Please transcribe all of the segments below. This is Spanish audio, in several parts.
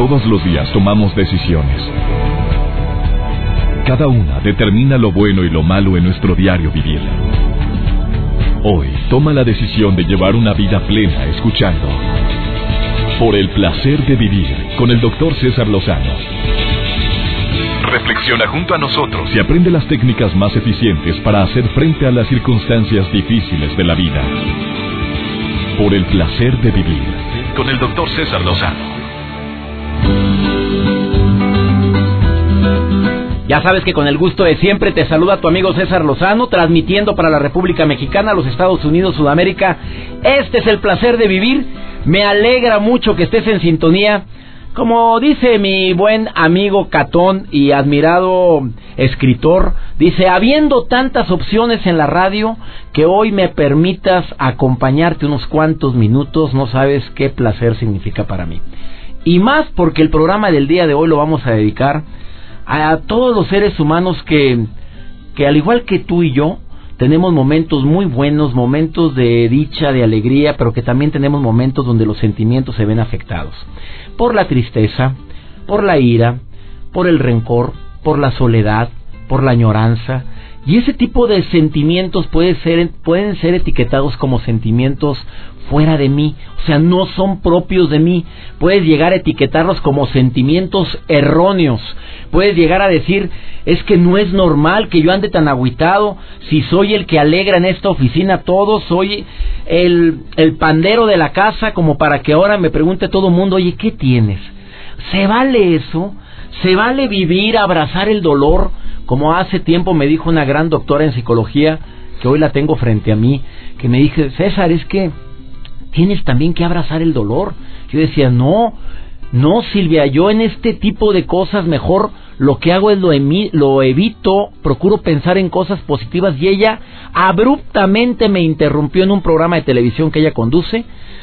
Todos los días tomamos decisiones. Cada una determina lo bueno y lo malo en nuestro diario vivir. Hoy toma la decisión de llevar una vida plena escuchando Por el placer de vivir con el Dr. César Lozano. Reflexiona junto a nosotros y aprende las técnicas más eficientes para hacer frente a las circunstancias difíciles de la vida. Por el placer de vivir con el Dr. César Lozano. Ya sabes que con el gusto de siempre te saluda tu amigo César Lozano, transmitiendo para la República Mexicana, los Estados Unidos, Sudamérica. Este es el placer de vivir. Me alegra mucho que estés en sintonía. Como dice mi buen amigo Catón y admirado escritor, dice, habiendo tantas opciones en la radio, que hoy me permitas acompañarte unos cuantos minutos, no sabes qué placer significa para mí. Y más porque el programa del día de hoy lo vamos a dedicar a todos los seres humanos que al igual que tú y yo, tenemos momentos muy buenos, momentos de dicha, de alegría, pero que también tenemos momentos donde los sentimientos se ven afectados. Por la tristeza, por la ira, por el rencor, por la soledad, por la añoranza. Y ese tipo de sentimientos pueden ser etiquetados como sentimientos fuera de mí, o sea, no son propios de mí. Puedes llegar a etiquetarlos como sentimientos erróneos. Puedes llegar a decir, es que no es normal que yo ande tan agüitado, si soy el que alegra en esta oficina a todos, soy el pandero de la casa, como para que ahora me pregunte todo el mundo, oye, ¿qué tienes? ¿Se vale eso? ¿Se vale vivir, abrazar el dolor? Como hace tiempo me dijo una gran doctora en psicología, que hoy la tengo frente a mí, que me dijo, César, es que tienes también que abrazar el dolor. Yo decía, no Silvia, yo en este tipo de cosas mejor lo que hago es lo evito, procuro pensar en cosas positivas. Y ella abruptamente me interrumpió en un programa de televisión que ella conduce,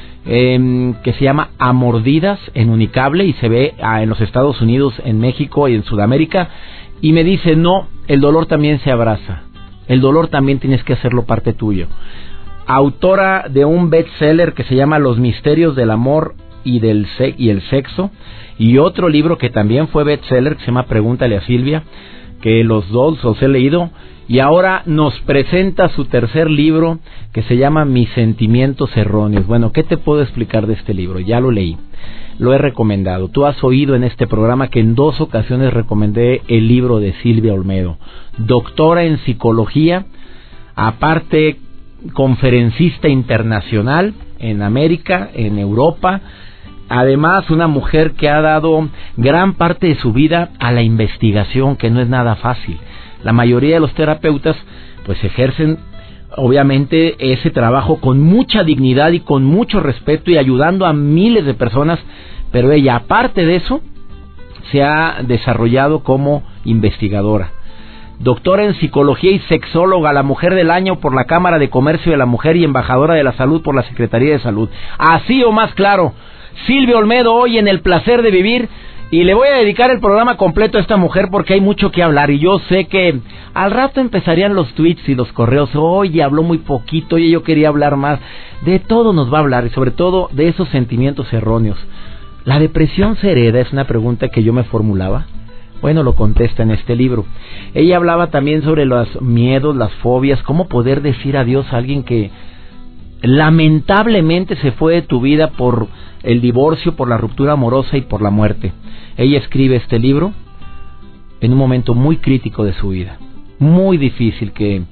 que se llama A Mordidas en Unicable y se ve en los Estados Unidos, en México y en Sudamérica, y me dice, no, el dolor también se abraza, el dolor también tienes que hacerlo parte tuyo. Autora de un bestseller que se llama Los misterios del amor y el sexo, y otro libro que también fue bestseller que se llama Pregúntale a Silvia, que los dos los he leído, y ahora nos presenta su tercer libro que se llama Mis sentimientos erróneos. Bueno, ¿qué te puedo explicar de este libro? Ya lo leí, lo he recomendado. Tú has oído en este programa que en 2 ocasiones recomendé el libro de Silvia Olmedo, doctora en psicología, aparte conferencista internacional en América, en Europa. Además, una mujer que ha dado gran parte de su vida a la investigación, que no es nada fácil. La mayoría de los terapeutas pues ejercen obviamente ese trabajo con mucha dignidad y con mucho respeto y ayudando a miles de personas, pero ella, aparte de eso, se ha desarrollado como investigadora. Doctora en psicología y sexóloga, la mujer del año por la Cámara de Comercio de la Mujer y embajadora de la salud por la Secretaría de Salud. Así o más claro, Silvia Olmedo hoy en El placer de vivir, y le voy a dedicar el programa completo a esta mujer porque hay mucho que hablar, y yo sé que al rato empezarían los tweets y los correos, oye, habló muy poquito, oye, yo quería hablar más. De todo nos va a hablar, y sobre todo de esos sentimientos erróneos. ¿La depresión se hereda? Es una pregunta que yo me formulaba. Bueno, lo contesta en este libro. Ella hablaba también sobre los miedos, las fobias, cómo poder decir adiós a alguien que lamentablemente se fue de tu vida por el divorcio, por la ruptura amorosa y por la muerte. Ella escribe este libro en un momento muy crítico de su vida, muy difícil, que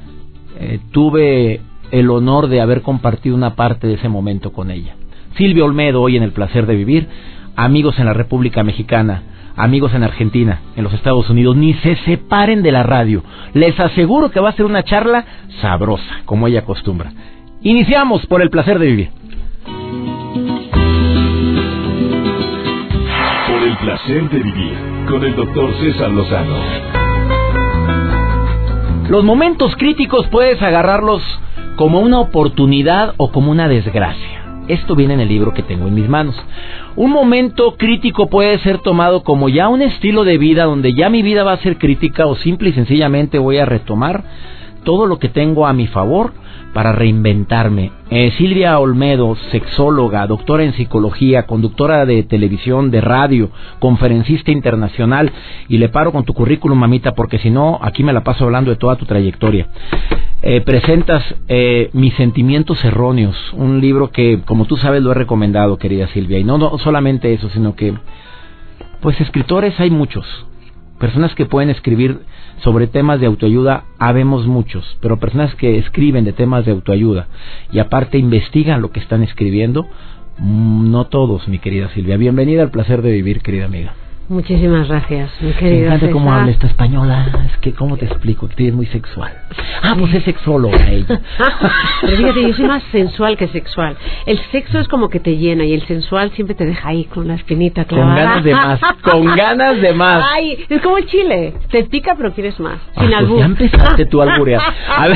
tuve el honor de haber compartido una parte de ese momento con ella. Silvia Olmedo hoy en El placer de vivir. Amigos en la República Mexicana, amigos en Argentina, en los Estados Unidos, ni se separen de la radio. Les aseguro que va a ser una charla sabrosa, como ella acostumbra. Iniciamos por El placer de vivir. Por el placer de vivir con el Dr. César Lozano. Los momentos críticos puedes agarrarlos como una oportunidad o como una desgracia. Esto viene en el libro que tengo en mis manos. Un momento crítico puede ser tomado como ya un estilo de vida, donde ya mi vida va a ser crítica, o simple y sencillamente voy a retomar todo lo que tengo a mi favor para reinventarme. Silvia Olmedo, sexóloga, doctora en psicología, conductora de televisión, de radio, conferencista internacional, y le paro con tu currículum, mamita, porque si no, aquí me la paso hablando de toda tu trayectoria. Presentas Mis sentimientos erróneos, un libro que, como tú sabes, lo he recomendado, querida Silvia, y no solamente eso, sino que, pues, escritores hay muchos, personas que pueden escribir sobre temas de autoayuda, habemos muchos, pero personas que escriben de temas de autoayuda y aparte investigan lo que están escribiendo, no todos, mi querida Silvia. Bienvenida al placer de vivir, querida amiga. Muchísimas gracias, mi querido Me encanta César. cómo habla esta española. Es que, ¿cómo te explico? Que es muy sexual. Pues es sexóloga ella. Pero fíjate, yo soy más sensual que sexual. El sexo es como que te llena y el sensual siempre te deja ahí con la espinita clavada. Con ganas de más, con ganas de más. Ay, es como el chile. Te pica pero quieres más. Sin albur. Pues ya empezaste tú a alburear.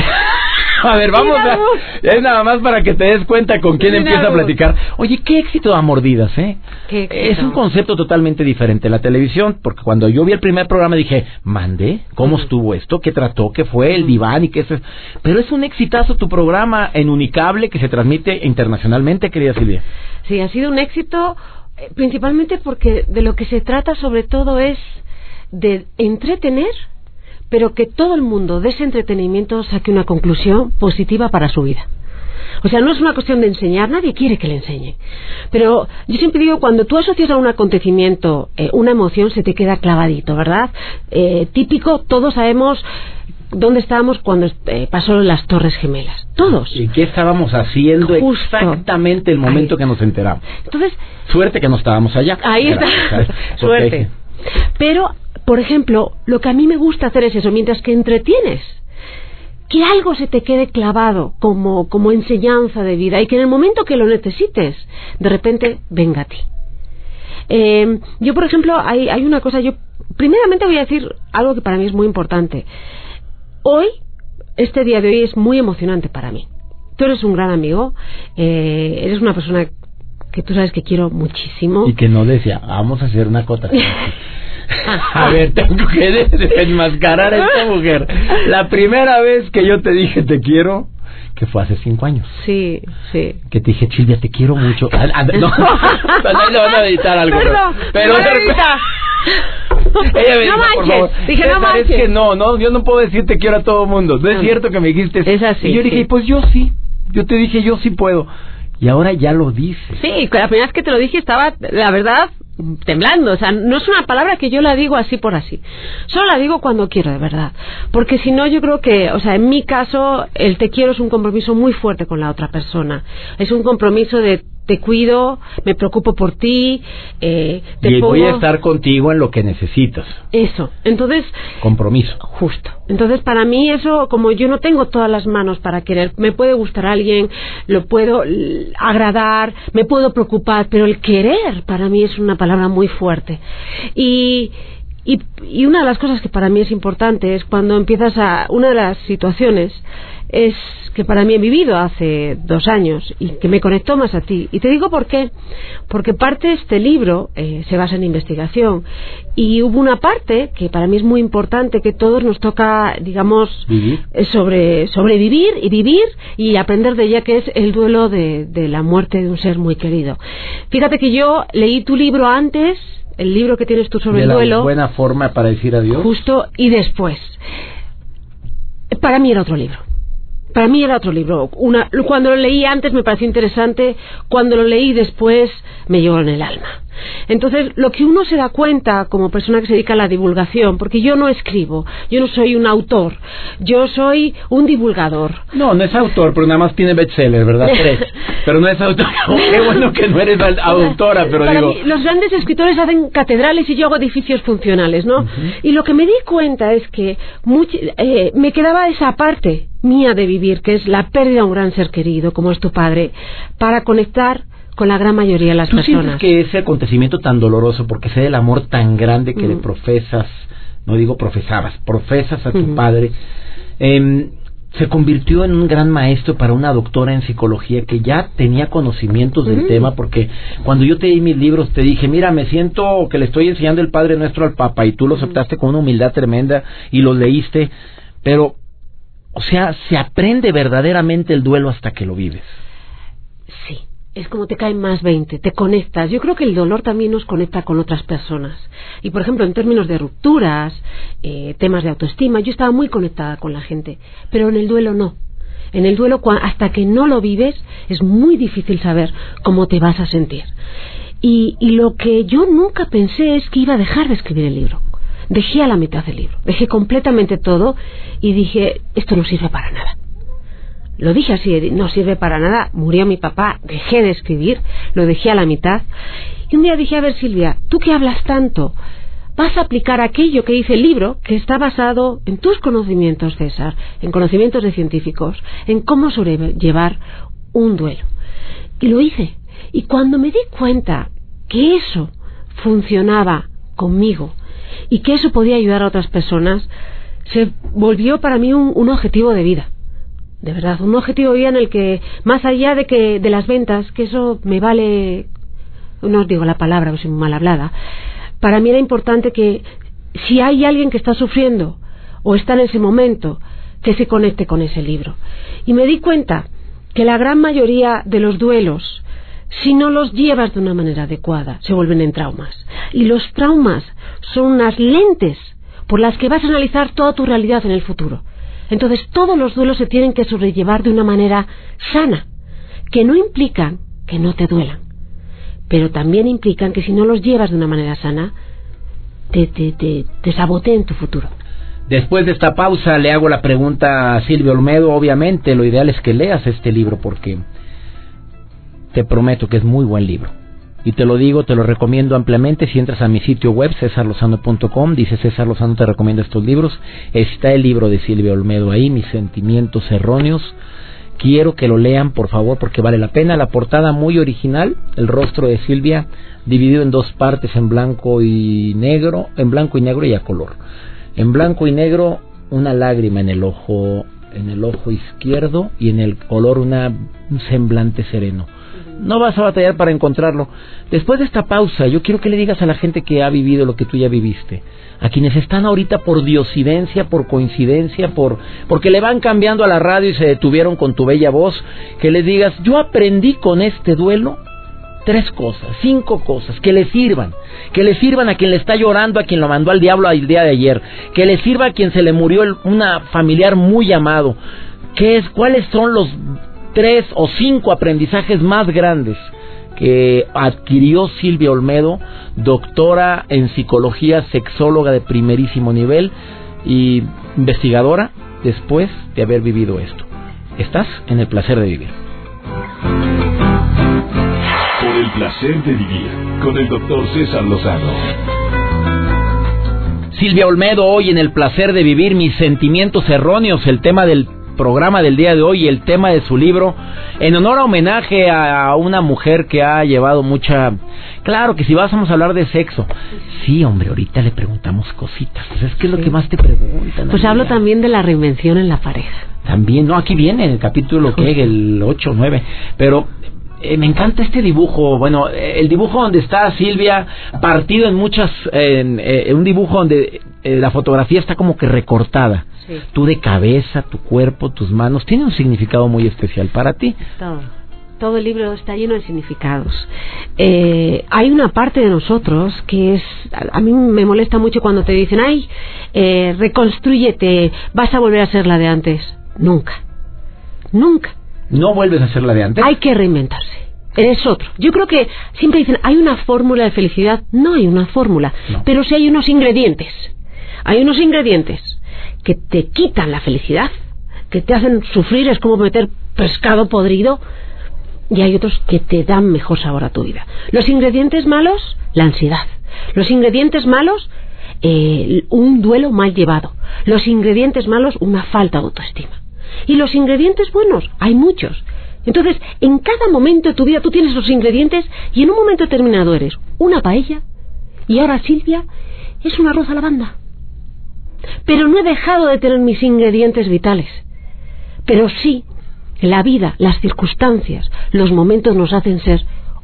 A ver, vamos a... Es nada más para que te des cuenta con quién empieza a platicar. Oye, qué éxito da mordidas, ¿eh? Qué éxito. Es un concepto totalmente diferente. La televisión, porque cuando yo vi el primer programa dije, ¿mandé? ¿Cómo estuvo esto? ¿Qué trató? ¿Qué fue? ¿El diván? ¿Y qué es? Pero es un exitazo tu programa en Unicable que se transmite internacionalmente, querida Silvia. Sí, ha sido un éxito principalmente porque de lo que se trata sobre todo es de entretener, pero que todo el mundo de ese entretenimiento saque una conclusión positiva para su vida. O sea, no es una cuestión de enseñar, nadie quiere que le enseñe. Pero yo siempre digo, cuando tú asocias a un acontecimiento una emoción, se te queda clavadito, ¿verdad? Típico, todos sabemos dónde estábamos cuando pasó las Torres Gemelas. Todos. ¿Y qué estábamos haciendo? Justo. Exactamente el momento Ahí. que nos enteramos. Entonces, Suerte que no estábamos allá. ahí está. Suerte. Pero, por ejemplo, lo que a mí me gusta hacer es eso, mientras que entretienes, que algo se te quede clavado como enseñanza de vida y que en el momento que lo necesites, de repente venga a ti. Yo, por ejemplo, hay una cosa, yo primeramente voy a decir algo que para mí es muy importante. Hoy, este día de hoy es muy emocionante para mí. Tú eres un gran amigo, eres una persona que tú sabes que quiero muchísimo. Y que no decía, vamos a hacer una cota. A ver, tengo que desenmascarar a esta mujer. La primera vez que yo te dije te quiero, que fue hace 5 años. Sí, sí. Que te dije, Silvia, te quiero mucho. No, ahí le van a editar algo. Pero ella me dijo, no manches. por favor, Dije, no manches. Es que no, yo no puedo decir te quiero a todo mundo. No es cierto que me dijiste eso. Es así. Y yo dije, sí. pues yo sí. Yo te dije, yo sí puedo. Y ahora ya lo dices. Sí, la primera vez que te lo dije estaba, la verdad, temblando. O sea, no es una palabra que yo la digo así por así. Solo la digo cuando quiero, de verdad. Porque si no, yo creo que, o sea, en mi caso, el te quiero es un compromiso muy fuerte con la otra persona. Es un compromiso de te cuido, me preocupo por ti, voy a estar contigo en lo que necesitas. Eso. Entonces, compromiso. Justo. Entonces, para mí eso, como yo no tengo todas las manos para querer, me puede gustar a alguien, lo puedo agradar, me puedo preocupar, pero el querer para mí es una palabra muy fuerte. Y una de las cosas que para mí es importante es cuando empiezas una de las situaciones es que para mí he vivido hace 2 años y que me conectó más a ti. Y te digo por qué. Porque parte de este libro se basa en investigación y hubo una parte que para mí es muy importante que todos nos toca, digamos, sobrevivir y vivir y aprender de ella, que es el duelo de la muerte de un ser muy querido. Fíjate que yo leí tu libro antes, el libro que tienes tú sobre el duelo. ¿De la buena forma para decir adiós? Justo, y después. Para mí era otro libro. Para mí era otro libro. Cuando lo leí antes me pareció interesante, cuando lo leí después me llegó en el alma. Entonces, lo que uno se da cuenta como persona que se dedica a la divulgación, porque yo no escribo, yo no soy un autor, yo soy un divulgador. No es autor, pero nada más tiene bestseller, ¿verdad? 3. Pero no es autor. Qué bueno que no eres autora, pero para digo... mí, los grandes escritores hacen catedrales y yo hago edificios funcionales, ¿no? Uh-huh. Y lo que me di cuenta es que me quedaba esa parte mía de vivir, que es la pérdida de un gran ser querido, como es tu padre, para conectar con la gran mayoría de las personas. ¿Tú sientes que ese acontecimiento tan doloroso, porque sé del amor tan grande que le profesas, no digo profesabas, profesas a tu padre, se convirtió en un gran maestro para una doctora en psicología que ya tenía conocimientos del tema? Porque cuando yo te di mis libros te dije, mira, me siento que le estoy enseñando el Padre Nuestro al Papa, y tú lo aceptaste con una humildad tremenda y lo leíste, pero O sea, se aprende verdaderamente el duelo hasta que lo vives. Sí, es como te caen más 20, te conectas. Yo creo que el dolor también nos conecta con otras personas. Y, por ejemplo, en términos de rupturas, temas de autoestima, yo estaba muy conectada con la gente, pero en el duelo no. En el duelo, hasta que no lo vives, es muy difícil saber cómo te vas a sentir. Y lo que yo nunca pensé es que iba a dejar de escribir el libro. Dejé a la mitad del libro, dejé completamente todo y dije, esto no sirve para nada. Lo dije así, no sirve para nada, murió mi papá, dejé de escribir, lo dejé a la mitad. Y un día dije, a ver, Silvia, tú que hablas tanto, vas a aplicar aquello que dice el libro, que está basado en tus conocimientos, César, en conocimientos de científicos, en cómo sobrellevar un duelo. Y lo hice. Y cuando me di cuenta que eso funcionaba conmigo y que eso podía ayudar a otras personas, se volvió para mí un objetivo de vida. De verdad, un objetivo de vida en el que, más allá de las ventas, que eso me vale, no os digo la palabra, porque soy muy mal hablada, para mí era importante que si hay alguien que está sufriendo o está en ese momento, que se conecte con ese libro. Y me di cuenta que la gran mayoría de los duelos, si no los llevas de una manera adecuada, se vuelven en traumas. Y los traumas son unas lentes por las que vas a analizar toda tu realidad en el futuro. Entonces todos los duelos se tienen que sobrellevar de una manera sana, que no implican que no te duelan, pero también implican que si no los llevas de una manera sana, te saboteen tu futuro. Después de esta pausa le hago la pregunta a Silvia Olmedo. Obviamente lo ideal es que leas este libro porque te prometo que es muy buen libro. Y te lo digo, te lo recomiendo ampliamente. Si entras a mi sitio web, cesarlozano.com, dice César Lozano te recomienda estos libros. Está el libro de Silvia Olmedo ahí, Mis sentimientos erróneos. Quiero que lo lean, por favor, porque vale la pena. La portada muy original, el rostro de Silvia dividido en dos partes, en blanco y negro y a color. En blanco y negro, una lágrima en el ojo izquierdo, y en el color un semblante sereno. No vas a batallar para encontrarlo. Después de esta pausa, yo quiero que le digas a la gente que ha vivido lo que tú ya viviste, a quienes están ahorita por diosidencia, por coincidencia, porque le van cambiando a la radio y se detuvieron con tu bella voz, que les digas, yo aprendí con este duelo 3 cosas, 5 cosas, que le sirvan a quien le está llorando, a quien lo mandó al diablo el día de ayer, que le sirva a quien se le murió una familiar muy amado. ¿Cuáles son los 3 o 5 aprendizajes más grandes que adquirió Silvia Olmedo, doctora en psicología, sexóloga de primerísimo nivel y investigadora después de haber vivido esto? Estás en el placer de vivir. Por el placer de vivir con el doctor César Lozano. Silvia Olmedo hoy en el placer de vivir, mis sentimientos erróneos, el tema del programa del día de hoy y el tema de su libro, en honor a homenaje a una mujer que ha llevado mucha... Claro que si vamos a hablar de sexo, sí, hombre, ahorita le preguntamos cositas. ¿Sabes qué es lo que más te preguntan? Pues hablo también de la reinvención en la pareja. También, no, aquí viene en el capítulo que el 8 o 9, pero... me encanta este dibujo, bueno, el dibujo donde está Silvia partido en muchas, un dibujo donde la fotografía está como que recortada. Sí. Tú de cabeza, tu cuerpo, tus manos, tiene un significado muy especial para ti. Todo el libro está lleno de significados. Hay una parte de nosotros que es, a mí me molesta mucho cuando te dicen, reconstrúyete, vas a volver a ser la de antes. Nunca. No vuelves a ser la de antes. Hay que reinventarse. Eres otro. Yo creo que siempre dicen, hay una fórmula de felicidad. No hay una fórmula, no. Pero sí hay unos ingredientes. Hay unos ingredientes que te quitan la felicidad, que te hacen sufrir, es como meter pescado podrido, y hay otros que te dan mejor sabor a tu vida. Los ingredientes malos, la ansiedad. Los ingredientes malos, un duelo mal llevado. Los ingredientes malos, una falta de autoestima. Y los ingredientes buenos, hay muchos. Entonces, en cada momento de tu vida tú tienes los ingredientes y en un momento determinado eres una paella y ahora Silvia es un arroz a la banda. Pero no he dejado de tener mis ingredientes vitales. Pero sí, la vida, las circunstancias, los momentos nos hacen ser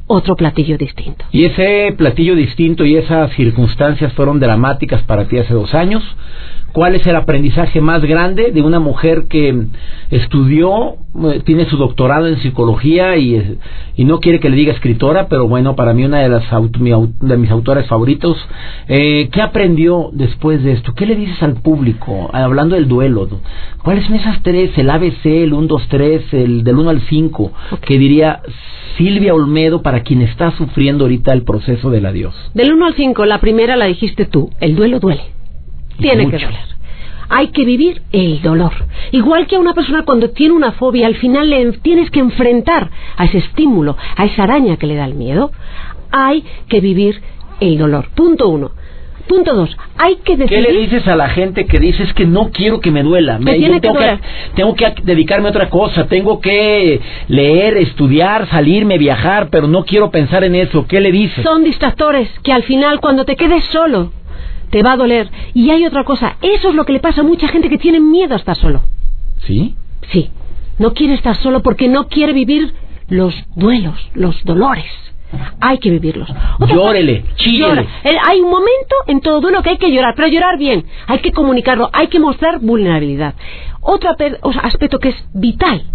otro platillo distinto. Y ese platillo distinto y esas circunstancias fueron dramáticas para ti hace 2 años. ¿Cuál es el aprendizaje más grande de una mujer que estudió, tiene su doctorado en psicología y no quiere que le diga escritora, pero bueno, para mí una de mis autores favoritos? ¿Qué aprendió después de esto? ¿Qué le dices al público hablando del duelo? ¿Cuáles son esas 3, el ABC, el 1, 2, 3, el del 1 al 5, que diría Silvia Olmedo para quien está sufriendo ahorita el proceso del adiós? Del 1 al 5, la primera la dijiste tú, el duelo duele. Tiene que doler. Hay que vivir el dolor. Igual que a una persona cuando tiene una fobia, al final le tienes que enfrentar a ese estímulo, a esa araña que le da el miedo. Hay que vivir el dolor. Punto 1. Punto 2. Hay que decidir... ¿Qué le dices a la gente que dices que no quiero que me duela? Tengo que dedicarme a otra cosa, tengo que leer, estudiar, salirme, viajar, pero no quiero pensar en eso. ¿Qué le dices? Son distractores que al final cuando te quedes solo te va a doler. Y hay otra cosa, eso es lo que le pasa a mucha gente que tiene miedo a estar solo. ¿Sí? Sí, no quiere estar solo porque no quiere vivir los duelos, los dolores. Hay que vivirlos. Llórele, chíllele. Hay un momento en todo duelo que hay que llorar, pero llorar bien. Hay que comunicarlo, hay que mostrar vulnerabilidad. Otro aspecto que es vital,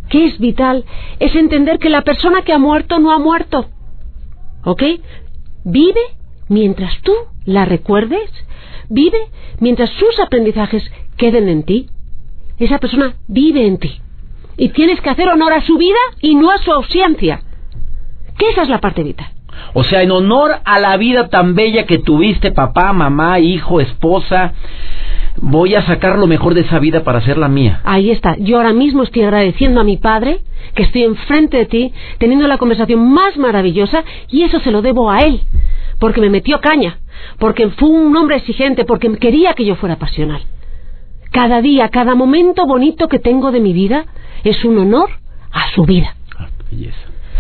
es entender que la persona que ha muerto no ha muerto. ¿Ok? Vive mientras tú la recuerdes, vive mientras sus aprendizajes queden en ti. Esa persona vive en ti. Y tienes que hacer honor a su vida y no a su ausencia. Que esa es la parte vital. O sea, en honor a la vida tan bella que tuviste, papá, mamá, hijo, esposa, voy a sacar lo mejor de esa vida para hacer la mía. Ahí está. Yo ahora mismo estoy agradeciendo a mi padre que estoy enfrente de ti, teniendo la conversación más maravillosa, y eso se lo debo a él, porque me metió caña, porque fue un hombre exigente, porque quería que yo fuera pasional. Cada día, cada momento bonito que tengo de mi vida es un honor a su vida. Ah, belleza.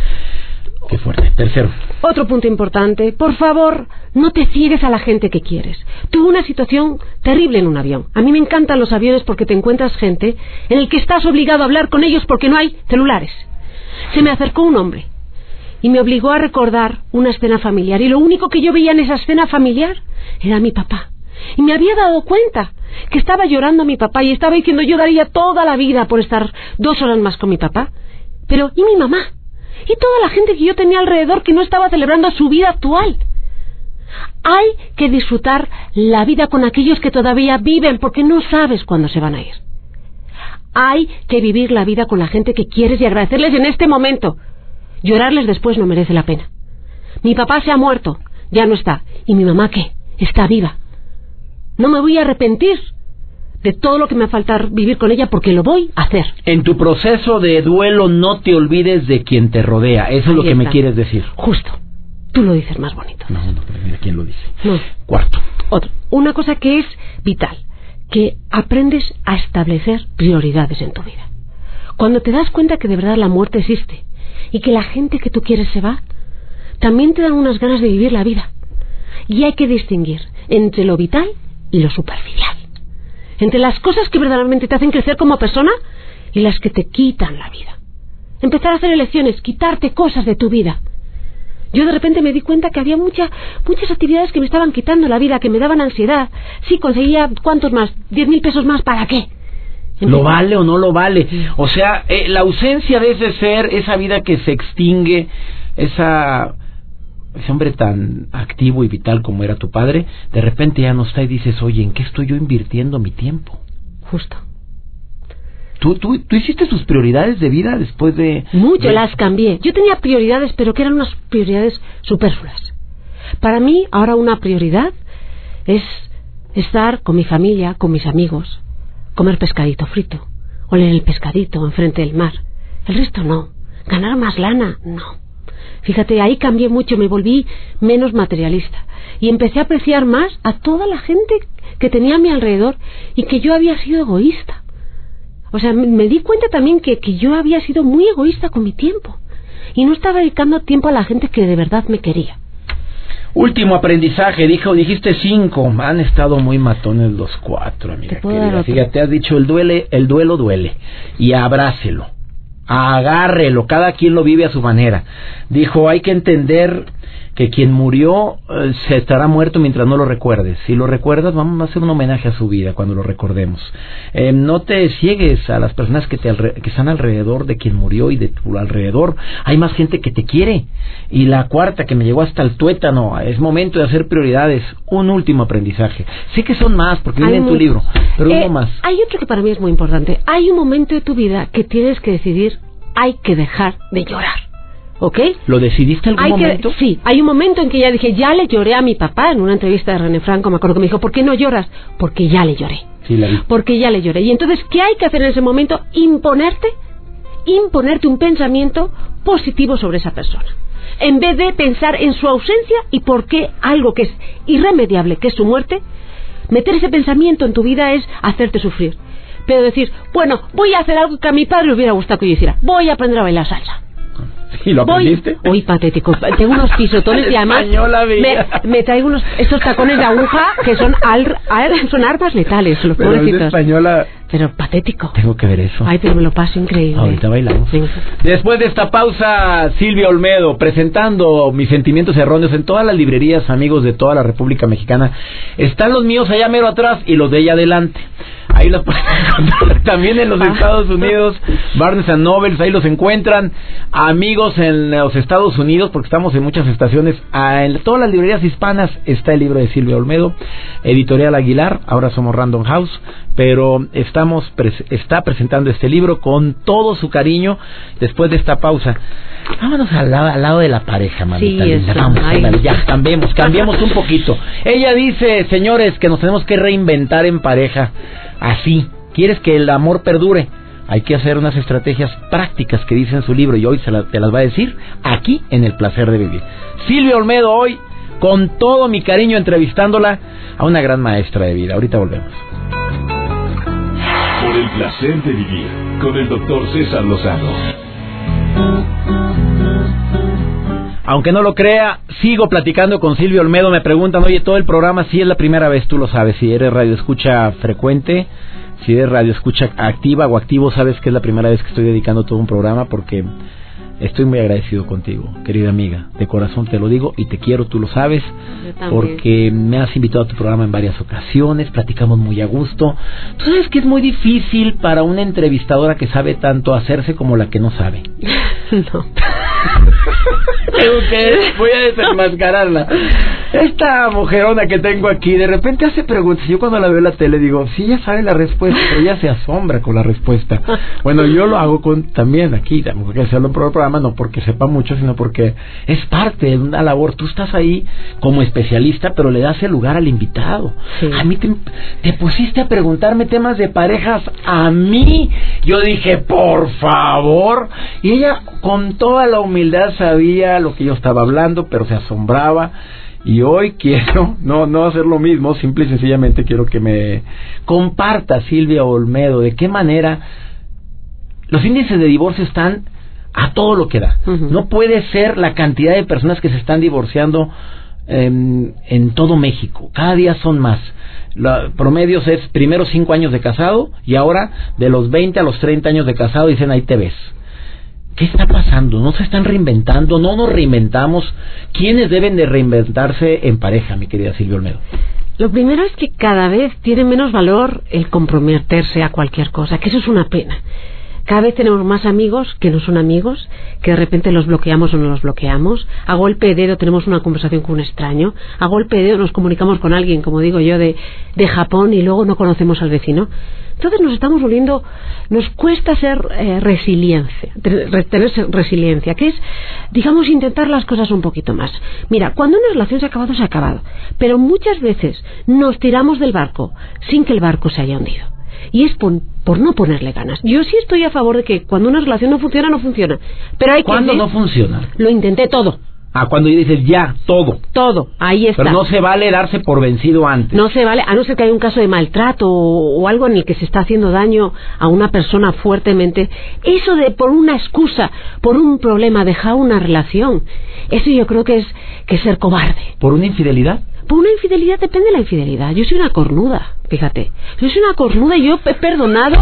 Qué fuerte. Tercero. Otro punto importante, por favor, no te ciegues a la gente que quieres. Tuve una situación terrible en un avión. A mí me encantan los aviones porque te encuentras gente en el que estás obligado a hablar con ellos porque no hay celulares. Se me acercó un hombre y me obligó a recordar una escena familiar, y lo único que yo veía en esa escena familiar era mi papá. Y me había dado cuenta que estaba llorando a mi papá y estaba diciendo yo daría toda la vida por estar 2 horas más con mi papá. Pero ¿y mi mamá? Y toda la gente que yo tenía alrededor que no estaba celebrando su vida actual. Hay que disfrutar la vida con aquellos que todavía viven, porque no sabes cuándo se van a ir. Hay que vivir la vida con la gente que quieres y agradecerles en este momento. Llorarles después no merece la pena. Mi papá se ha muerto, ya no está. ¿Y mi mamá qué? Está viva. No me voy a arrepentir de todo lo que me va a faltar vivir con ella, porque lo voy a hacer. En tu proceso de duelo no te olvides de quien te rodea. Eso es lo que me quieres decir. Justo. Tú lo dices más bonito. No, pero mira quién lo dice. No. Cuarto. Otro. Una cosa que es vital, que aprendes a establecer prioridades en tu vida. Cuando te das cuenta que de verdad la muerte existe y que la gente que tú quieres se va, también te dan unas ganas de vivir la vida. Y hay que distinguir entre lo vital y lo superficial. Entre las cosas que verdaderamente te hacen crecer como persona y las que te quitan la vida. Empezar a hacer elecciones, quitarte cosas de tu vida. Yo de repente me di cuenta que había muchas actividades que me estaban quitando la vida, que me daban ansiedad. Sí, conseguía, ¿cuántos más? 10.000 pesos más, ¿para qué? ¿Lo vale o no lo vale? O sea, la ausencia de ese ser, esa vida que se extingue, ese hombre tan activo y vital como era tu padre, de repente ya no está y dices, oye, ¿en qué estoy yo invirtiendo mi tiempo? Justo. ¿Tú hiciste tus prioridades de vida después de...? Mucho, las cambié. Yo tenía prioridades, pero que eran unas prioridades superfluas. Para mí, ahora una prioridad es estar con mi familia, con mis amigos, comer pescadito frito, oler el pescadito enfrente del mar. El resto no. Ganar más lana, no. Fíjate, ahí cambié mucho, me volví menos materialista y empecé a apreciar más a toda la gente que tenía a mi alrededor y que yo había sido egoísta. O sea, me di cuenta también que yo había sido muy egoísta con mi tiempo y no estaba dedicando tiempo a la gente que de verdad me quería. Último aprendizaje, dijiste 5, han estado muy matones los 4, amiga querida. Fíjate, has dicho el duelo duele y abrácelo. agárrelo, cada quien lo vive a su manera. Dijo, hay que entender que quien murió se estará muerto mientras no lo recuerdes. Si lo recuerdas, vamos a hacer un homenaje a su vida cuando lo recordemos. No te ciegues a las personas que están alrededor de quien murió y de tu alrededor. Hay más gente que te quiere. Y la cuarta, que me llegó hasta el tuétano, es momento de hacer prioridades. Un último aprendizaje. Sé que son más, porque viene en tu libro, pero uno más. Hay otro que para mí es muy importante. Hay un momento de tu vida que tienes que decidir, hay que dejar de llorar. ¿Ok? ¿Lo decidiste en algún momento? Sí, hay un momento en que ya dije, ya le lloré a mi papá en una entrevista de René Franco, me acuerdo que me dijo, ¿por qué no lloras? Porque ya le lloré. Sí, la vi. Porque ya le lloré. Y entonces, ¿qué hay que hacer en ese momento? Imponerte un pensamiento positivo sobre esa persona. En vez de pensar en su ausencia y por qué algo que es irremediable, que es su muerte, meter ese pensamiento en tu vida es hacerte sufrir. Pero decir, bueno, voy a hacer algo que a mi padre le hubiera gustado que yo hiciera. Voy a aprender a bailar salsa. ¿Y lo aprendiste? Uy, patético. Tengo unos pisotones y además me traigo estos tacones de aguja que son armas letales, los pero pobrecitos. Española. Pero patético. Tengo que ver eso. Ay, pero me lo paso increíble. Ahorita bailamos. Venga. Después de esta pausa, Silvia Olmedo presentando Mis sentimientos erróneos en todas las librerías, amigos de toda la República Mexicana. Están los míos allá mero atrás y los de ella adelante. Ahí los pueden encontrar también en los Estados Unidos, Barnes & Nobles, ahí los encuentran. Amigos en los Estados Unidos, porque estamos en muchas estaciones, en todas las librerías hispanas está el libro de Silvia Olmedo, Editorial Aguilar, ahora somos Random House, pero está presentando este libro con todo su cariño. Después de esta pausa, vámonos al lado de la pareja, mamita. Sí, linda. Vamos, ya, cambiemos un poquito. Ella dice, señores, que nos tenemos que reinventar en pareja. Así, ¿quieres que el amor perdure? Hay que hacer unas estrategias prácticas que dice en su libro y hoy te las va a decir aquí en El Placer de Vivir. Silvia Olmedo hoy, con todo mi cariño, entrevistándola a una gran maestra de vida. Ahorita volvemos. Por el placer de vivir con el Dr. César Lozano. Aunque no lo crea, sigo platicando con Silvia Olmedo. Me preguntan, oye, todo el programa, si es la primera vez, tú lo sabes, si eres radioescucha frecuente, si eres radioescucha activa o activo, sabes que es la primera vez que estoy dedicando todo un programa, porque estoy muy agradecido contigo, querida amiga. De corazón te lo digo y te quiero, tú lo sabes, porque me has invitado a tu programa en varias ocasiones, platicamos muy a gusto. Tú sabes que es muy difícil para una entrevistadora que sabe tanto hacerse como la que no sabe. No. Tengo que, voy a desenmascararla. Esta mujerona que tengo aquí de repente hace preguntas. Yo cuando la veo en la tele digo, sí, ya sabe la respuesta, pero ella se asombra con la respuesta. Bueno, yo lo hago también aquí, porque hacerlo en programa, no porque sepa mucho, sino porque es parte de una labor. Tú estás ahí como especialista, pero le das el lugar al invitado. Sí. A mí te pusiste a preguntarme temas de parejas a mí. Yo dije, por favor. Y ella con toda la humildad sabía lo que yo estaba hablando, pero se asombraba. Y hoy quiero no hacer lo mismo, simple y sencillamente quiero que me comparta, Silvia Olmedo, de qué manera los índices de divorcio están a todo lo que da. Uh-huh. No puede ser la cantidad de personas que se están divorciando en todo México. Cada día son más. Promedios es primero 5 años de casado y ahora de los 20 a los 30 años de casado dicen ahí te ves. ¿Qué está pasando? ¿No se están reinventando? ¿No nos reinventamos? ¿Quiénes deben de reinventarse en pareja, mi querida Silvia Olmedo? Lo primero es que cada vez tiene menos valor el comprometerse a cualquier cosa, que eso es una pena. Cada vez tenemos más amigos que no son amigos, que de repente los bloqueamos o no los bloqueamos. A golpe de dedo tenemos una conversación con un extraño. A golpe de dedo nos comunicamos con alguien, como digo yo, de Japón y luego no conocemos al vecino. Entonces nos estamos volviendo, nos cuesta tener resiliencia, que es, digamos, intentar las cosas un poquito más. Mira, cuando una relación se ha acabado, pero muchas veces nos tiramos del barco sin que el barco se haya hundido. Y es por no ponerle ganas. Yo sí estoy a favor de que cuando una relación no funciona, no funciona. Pero hay ¿Cuándo no funciona? Lo intenté todo. Cuando dices ya, todo. Todo, ahí está. Pero no se vale darse por vencido antes. No se vale, a no ser que haya un caso de maltrato o algo en el que se está haciendo daño a una persona fuertemente. Eso de por una excusa, por un problema, dejar una relación, eso yo creo que es ser cobarde. ¿Por una infidelidad? Por una infidelidad, depende de la infidelidad. Yo soy una cornuda, fíjate. Yo soy una cornuda y yo he perdonado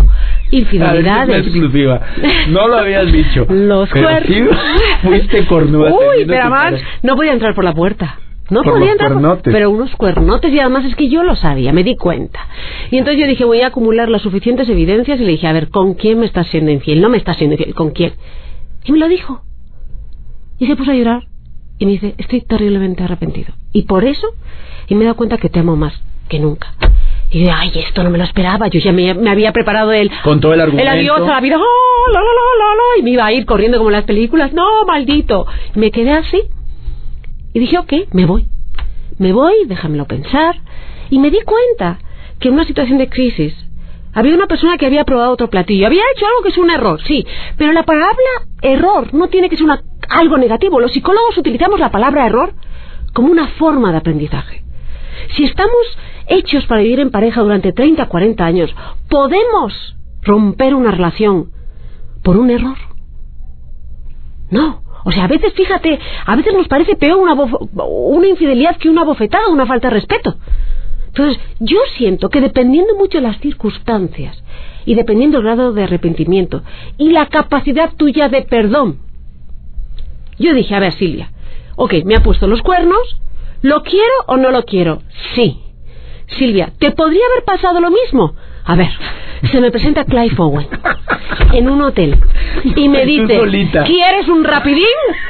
infidelidades. Es exclusiva. No lo habías dicho. Los cuernos. Sí, fuiste cornuda. Uy, pero además no podía entrar por la puerta. No por podía los entrar, cuernotes. pero unos cuernotes, y además es que yo lo sabía, me di cuenta. Y entonces yo dije, voy a acumular las suficientes evidencias, y le dije, a ver, ¿con quién me estás siendo infiel? No me estás siendo infiel, ¿con quién? Y me lo dijo. Y se puso a llorar y me dice, estoy terriblemente arrepentido. Y por eso, y me he dado cuenta que te amo más que nunca. Y yo, ay, esto no me lo esperaba. Yo ya me había preparado con todo el argumento. El adiós a la vida, y me iba a ir corriendo como en las películas. No, maldito. Y me quedé así. Y dije, ok, me voy, déjamelo pensar. Y me di cuenta que en una situación de crisis había una persona que había probado otro platillo. Había hecho algo que es un error, sí. Pero la palabra error no tiene que ser algo negativo. Los psicólogos utilizamos la palabra error como una forma de aprendizaje. Si estamos hechos para vivir en pareja durante 30, 40 años, ¿podemos romper una relación por un error? No. O sea, a veces, fíjate, a veces nos parece peor una infidelidad que una bofetada, una falta de respeto. Entonces, yo siento que dependiendo mucho de las circunstancias y dependiendo del grado de arrepentimiento y la capacidad tuya de perdón, yo dije, a ver, Silvia, ok, me ha puesto los cuernos, ¿lo quiero o no lo quiero? Sí. Silvia, ¿te podría haber pasado lo mismo? A ver, se me presenta Clive Owen en un hotel y me dice, ¿quieres un rapidín?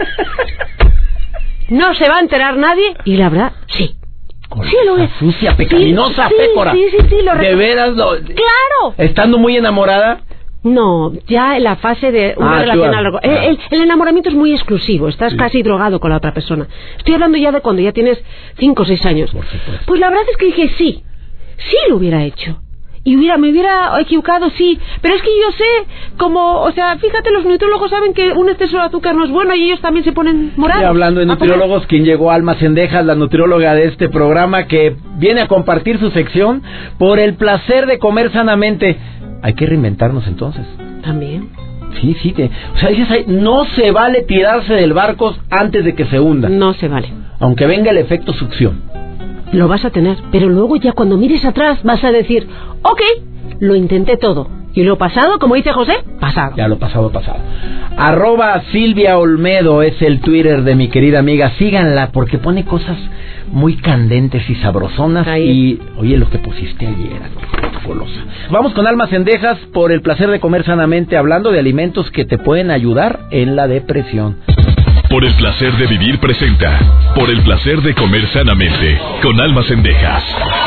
No se va a enterar nadie. Y la verdad, sí. Sí, lo es. Sucia, pecaminosa, pécora. Sí, lo ¿de veras? ¡Claro! ¿Estando muy enamorada? No, ya en la fase de una relación a largo. El enamoramiento es muy exclusivo, estás casi drogado con la otra persona. Estoy hablando ya de cuando ya tienes 5 o 6 años. Pues la verdad es que dije sí lo hubiera hecho. Y me hubiera equivocado, sí. Pero es que yo sé, fíjate, los nutriólogos saben que un exceso de azúcar no es bueno y ellos también se ponen morados. Y hablando de nutriólogos, quien llegó, Alma Cendejas, la nutrióloga de este programa, que viene a compartir su sección por el placer de comer sanamente. Hay que reinventarnos entonces. También. Sí. O sea, dices ahí, no se vale tirarse del barco antes de que se hunda. No se vale. Aunque venga el efecto succión. Lo vas a tener, pero luego ya cuando mires atrás vas a decir, ok, lo intenté todo. Y lo pasado, como dice José, pasado. Ya lo pasado. @Silvia Olmedo es el Twitter de mi querida amiga. Síganla porque pone cosas muy candentes y sabrosonas. Ahí. Y, oye, lo que pusiste ayer, golosa. Vamos con Alma Cendejas por el placer de comer sanamente, hablando de alimentos que te pueden ayudar en la depresión. Por el placer de vivir presenta Por el placer de comer sanamente con Alma Cendejas.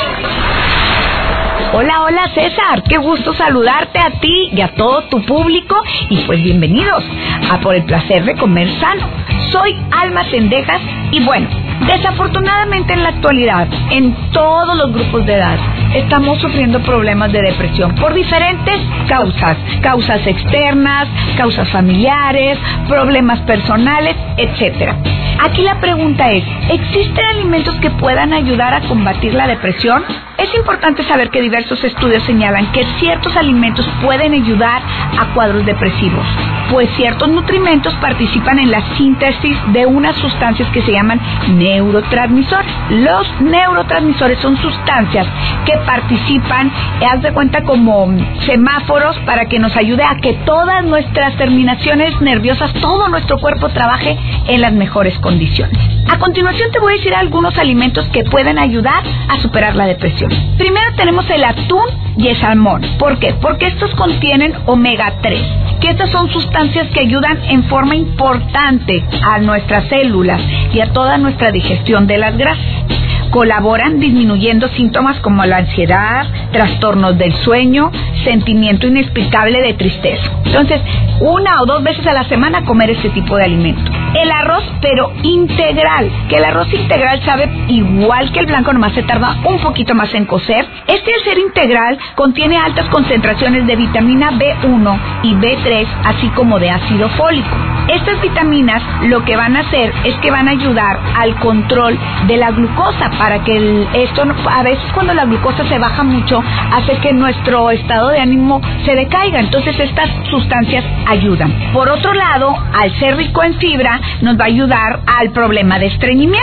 Hola César, qué gusto saludarte a ti y a todo tu público y pues bienvenidos a Por el placer de comer sano. Soy Alma Cendejas y bueno, desafortunadamente en la actualidad, en todos los grupos de edad, estamos sufriendo problemas de depresión por diferentes causas externas, causas familiares, problemas personales, etcétera. Aquí la pregunta es, ¿existen alimentos que puedan ayudar a combatir la depresión? Es importante saber que diversos estudios señalan que ciertos alimentos pueden ayudar a cuadros depresivos, pues ciertos nutrimentos participan en la síntesis de unas sustancias que se llaman neurotransmisores. Los neurotransmisores son sustancias que participan, haz de cuenta, como semáforos para que nos ayude a que todas nuestras terminaciones nerviosas, todo nuestro cuerpo trabaje en las mejores condiciones. A continuación te voy a decir algunos alimentos que pueden ayudar a superar la depresión. Primero tenemos el atún y el salmón. ¿Por qué? Porque estos contienen omega 3, que estas son sustancias que ayudan en forma importante a nuestras células y a toda nuestra digestión de las grasas. Colaboran disminuyendo síntomas como la ansiedad, trastornos del sueño, sentimiento inexplicable de tristeza. Entonces, 1 o 2 veces a la semana comer este tipo de alimento. El arroz, pero integral, que el arroz integral sabe igual que el blanco, nomás se tarda un poquito más en cocer. Este, al ser integral, contiene altas concentraciones de vitamina B1 y B3, así como de ácido fólico. Estas vitaminas lo que van a hacer es que van a ayudar al control de la glucosa, para que esto, a veces cuando la glucosa se baja mucho, hace que nuestro estado de ánimo se decaiga. Entonces estas sustancias ayudan. Por otro lado, al ser rico en fibra, nos va a ayudar al problema de estreñimiento.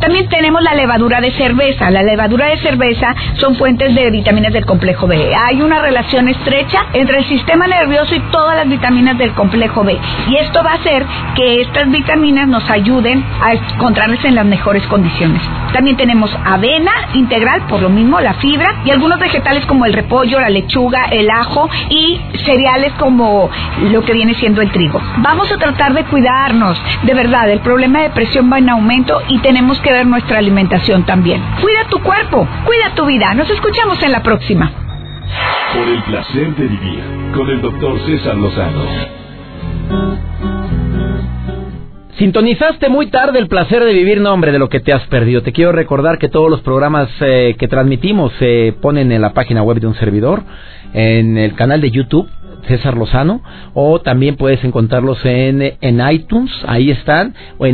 También tenemos la levadura de cerveza. La levadura de cerveza son fuentes de vitaminas del complejo B. Hay una relación estrecha entre el sistema nervioso y todas las vitaminas del complejo B. Y esto va a hacer que estas vitaminas nos ayuden a encontrarles en las mejores condiciones. También tenemos avena integral, por lo mismo, la fibra, y algunos vegetales como el repollo, la lechuga, el ajo y cereales como lo que viene siendo el trigo. Vamos a tratar de cuidarnos. De verdad, el problema de presión va en aumento y tenemos que ver nuestra alimentación también. Cuida tu cuerpo, cuida tu vida. Nos escuchamos en la próxima. Por el placer de vivir con el Dr. César Lozano. Sintonizaste muy tarde el placer de vivir, no, hombre, de lo que te has perdido. Te quiero recordar que todos los programas que transmitimos se ponen en la página web de un servidor, en el canal de YouTube César Lozano, o también puedes encontrarlos en iTunes, ahí están, o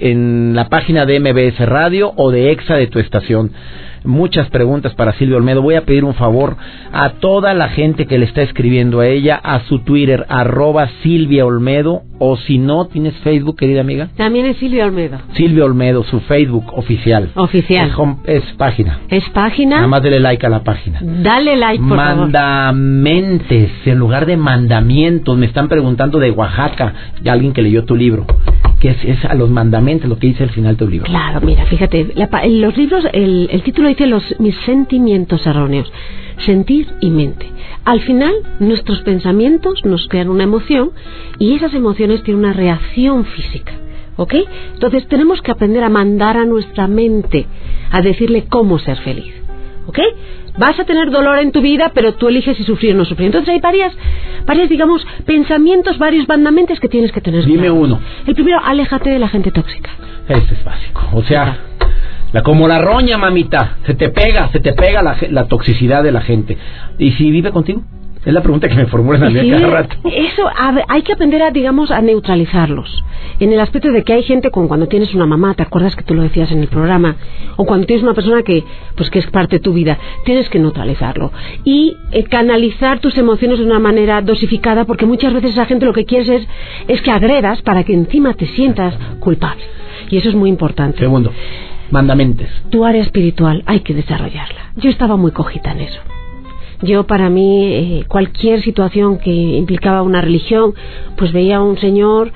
en la página de MBS Radio o de EXA de tu estación. Muchas preguntas para Silvia Olmedo. Voy a pedir un favor a toda la gente que le está escribiendo a ella, a su Twitter, @Silvia Olmedo, o si no, ¿tienes Facebook, querida amiga? También es Silvia Olmedo. Silvia Olmedo, su Facebook oficial. Oficial. Es página. Es página. Nada más dale like a la página. Dale like, por favor. Mandamentes, en lugar de mandamientos. Me están preguntando de Oaxaca, de alguien que leyó tu libro. Que es a los mandamientos, lo que dice al final de tu libro. Claro, mira, fíjate, los libros, el título dice mis sentimientos erróneos, sentir y mente. Al final, nuestros pensamientos nos crean una emoción y esas emociones tienen una reacción física, ¿ok? Entonces tenemos que aprender a mandar a nuestra mente, a decirle cómo ser feliz, ¿ok? Vas a tener dolor en tu vida, pero tú eliges si sufrir o no sufrir. Entonces hay varias, digamos, pensamientos, varios mandamientos que tienes que tener. Dime uno. El primero, aléjate de la gente tóxica. Ese es básico. O sea, como la roña, mamita. Se te pega la toxicidad de la gente. ¿Y si vive contigo? Es la pregunta que me formulan a mí cada rato. Eso, hay que aprender a neutralizarlos. En el aspecto de que hay gente, cuando tienes una mamá, ¿te acuerdas que tú lo decías en el programa? O cuando tienes una persona que es parte de tu vida, tienes que neutralizarlo. Y canalizar tus emociones de una manera dosificada, porque muchas veces esa gente lo que quieres es que agredas para que encima te sientas culpable. Y eso es muy importante. Segundo, mandamientos. Tu área espiritual hay que desarrollarla. Yo estaba muy cojita en eso. Yo, para mí, cualquier situación que implicaba una religión, pues veía a un señor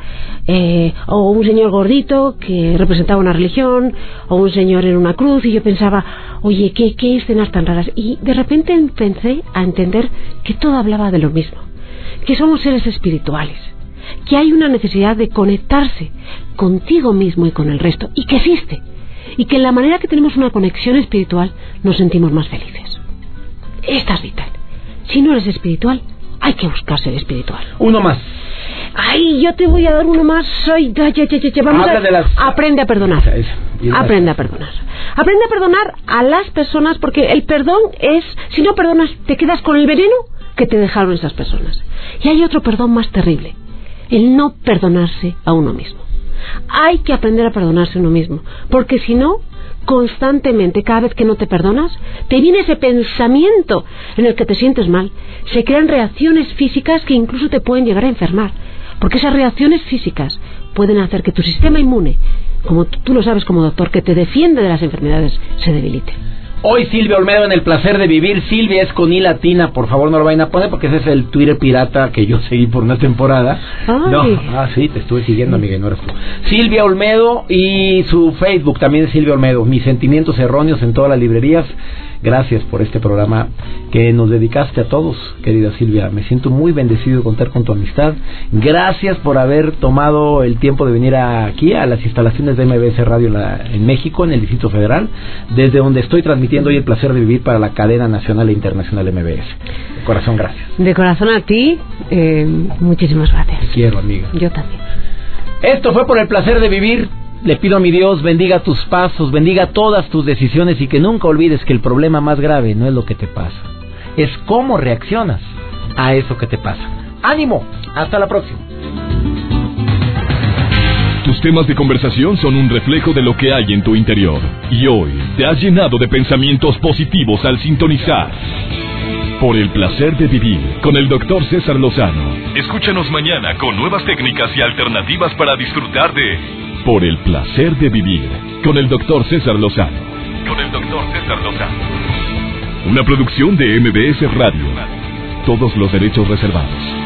o un señor gordito que representaba una religión, o un señor en una cruz, y yo pensaba, oye, qué escenas tan raras. Y de repente empecé a entender que todo hablaba de lo mismo, que somos seres espirituales, que hay una necesidad de conectarse contigo mismo y con el resto, y que existe, y que en la manera que tenemos una conexión espiritual nos sentimos más felices. Esta es vital. Si no eres espiritual, hay que buscar ser espiritual. Uno más. Ay, yo te voy a dar uno más. Vamos Aprende a perdonar. Aprende a perdonar. Aprende a perdonar a las personas, porque el perdón es, si no perdonas, te quedas con el veneno que te dejaron esas personas. Y hay otro perdón más terrible, el no perdonarse a uno mismo. Hay que aprender a perdonarse a uno mismo, porque si no, constantemente, cada vez que no te perdonas, te viene ese pensamiento en el que te sientes mal. Se crean reacciones físicas que incluso te pueden llegar a enfermar, porque esas reacciones físicas pueden hacer que tu sistema inmune, como tú lo sabes como doctor, que te defiende de las enfermedades, se debilite. Hoy Silvia Olmedo en El Placer de Vivir. Silvia es con I latina, por favor no lo vayan a poner, porque ese es el Twitter pirata que yo seguí por una temporada. Ay. No, sí, te estuve siguiendo, amiga, y no eres tú. Silvia Olmedo, y su Facebook también es Silvia Olmedo. Mis sentimientos erróneos en todas las librerías. Gracias por este programa que nos dedicaste a todos, querida Silvia. Me siento muy bendecido de contar con tu amistad. Gracias por haber tomado el tiempo de venir aquí a las instalaciones de MBS Radio en México, en el Distrito Federal, desde donde estoy transmitiendo hoy El Placer de Vivir para la cadena nacional e internacional MBS. De corazón, gracias. De corazón a ti, muchísimas gracias. Te quiero, amiga. Yo también. Esto fue por El Placer de Vivir. Le pido a mi Dios bendiga tus pasos, bendiga todas tus decisiones, y que nunca olvides que el problema más grave no es lo que te pasa, es cómo reaccionas a eso que te pasa. ¡Ánimo! Hasta la próxima. Tus temas de conversación son un reflejo de lo que hay en tu interior, y hoy te has llenado de pensamientos positivos al sintonizar Por el Placer de Vivir con el Dr. César Lozano. Escúchanos mañana con nuevas técnicas y alternativas para disfrutar de Por el placer de vivir con el Dr. César Lozano. Una producción de MBS Radio. Todos los derechos reservados.